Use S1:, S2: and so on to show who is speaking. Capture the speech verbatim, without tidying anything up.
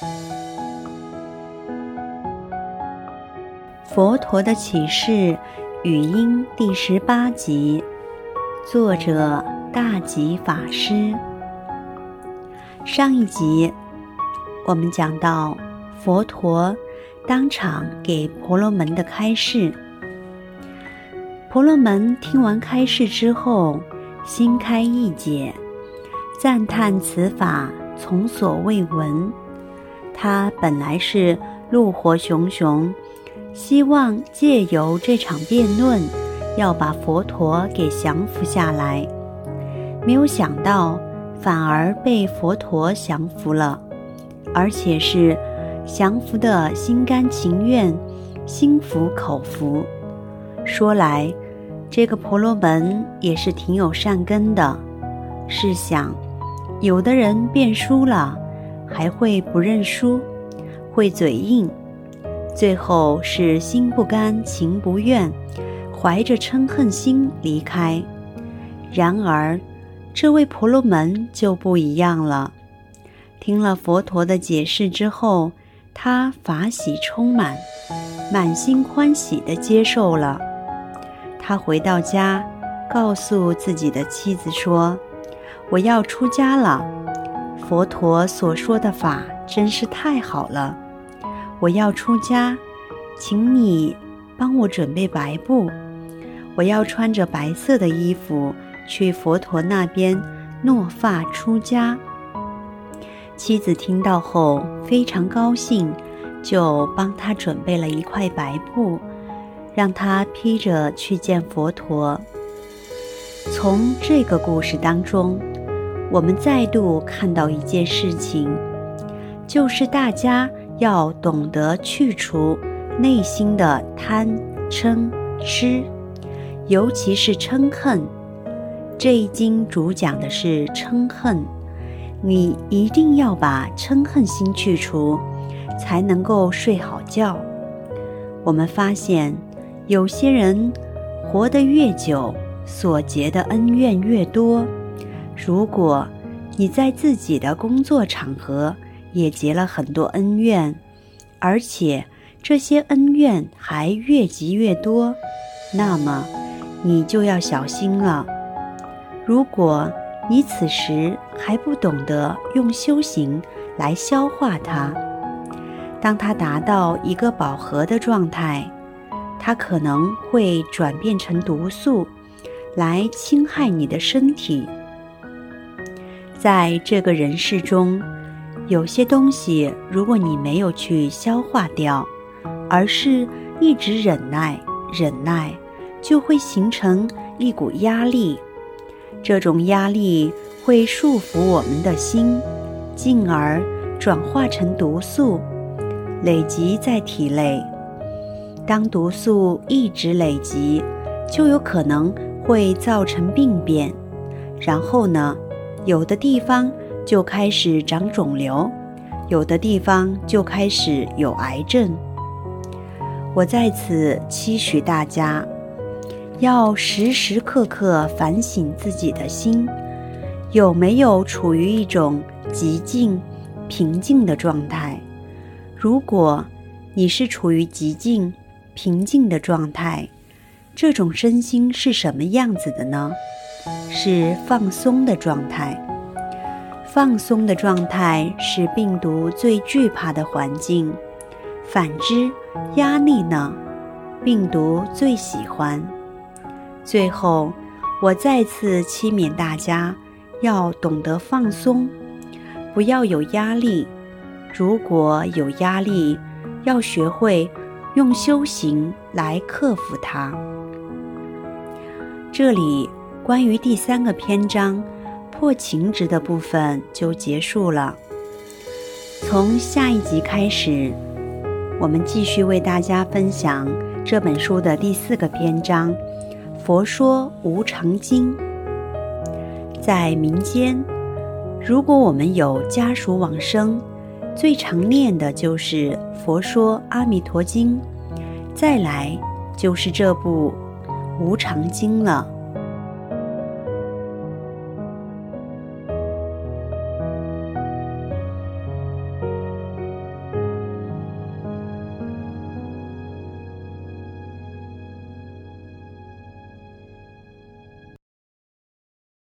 S1: 佛陀的启示语音第十八集，作者大吉法师。上一集我们讲到佛陀当场给婆罗门的开示，婆罗门听完开示之后，心开意解，赞叹此法从所未闻。他本来是怒火熊熊，希望借由这场辩论要把佛陀给降服下来，没有想到反而被佛陀降服了，而且是降服的心甘情愿，心服口服。说来这个婆罗门也是挺有善根的，试想有的人辩输了还会不认输，会嘴硬，最后是心不甘情不愿，怀着嗔恨心离开。然而这位婆罗门就不一样了，听了佛陀的解释之后，他法喜充满，满心欢喜地接受了。他回到家，告诉自己的妻子说，我要出家了，佛陀所说的法真是太好了，我要出家，请你帮我准备白布，我要穿着白色的衣服去佛陀那边诺发出家。妻子听到后非常高兴，就帮他准备了一块白布，让他披着去见佛陀。从这个故事当中，我们再度看到一件事情，就是大家要懂得去除内心的贪、嗔、痴，尤其是嗔恨。这一经主讲的是嗔恨，你一定要把嗔恨心去除，才能够睡好觉。我们发现有些人活得越久，所结的恩怨越多。如果你在自己的工作场合也结了很多恩怨，而且这些恩怨还越积越多，那么你就要小心了。如果你此时还不懂得用修行来消化它，当它达到一个饱和的状态，它可能会转变成毒素，来侵害你的身体。在这个人世中，有些东西如果你没有去消化掉，而是一直忍耐忍耐，就会形成一股压力。这种压力会束缚我们的心，进而转化成毒素，累积在体内。当毒素一直累积，就有可能会造成病变，然后呢，有的地方就开始长肿瘤，有的地方就开始有癌症。我在此期许大家，要时时刻刻反省自己的心，有没有处于一种极静、平静的状态。如果你是处于极静、平静的状态，这种身心是什么样子的呢？是放松的状态。放松的状态是病毒最惧怕的环境，反之，压力呢，病毒最喜欢。最后，我再次期勉大家要懂得放松，不要有压力。如果有压力，要学会用修行来克服它。这里关于第三个篇章破情执的部分就结束了。从下一集开始，我们继续为大家分享这本书的第四个篇章，佛说无常经。在民间，如果我们有家属往生，最常念的就是佛说阿弥陀经，再来就是这部无常经了。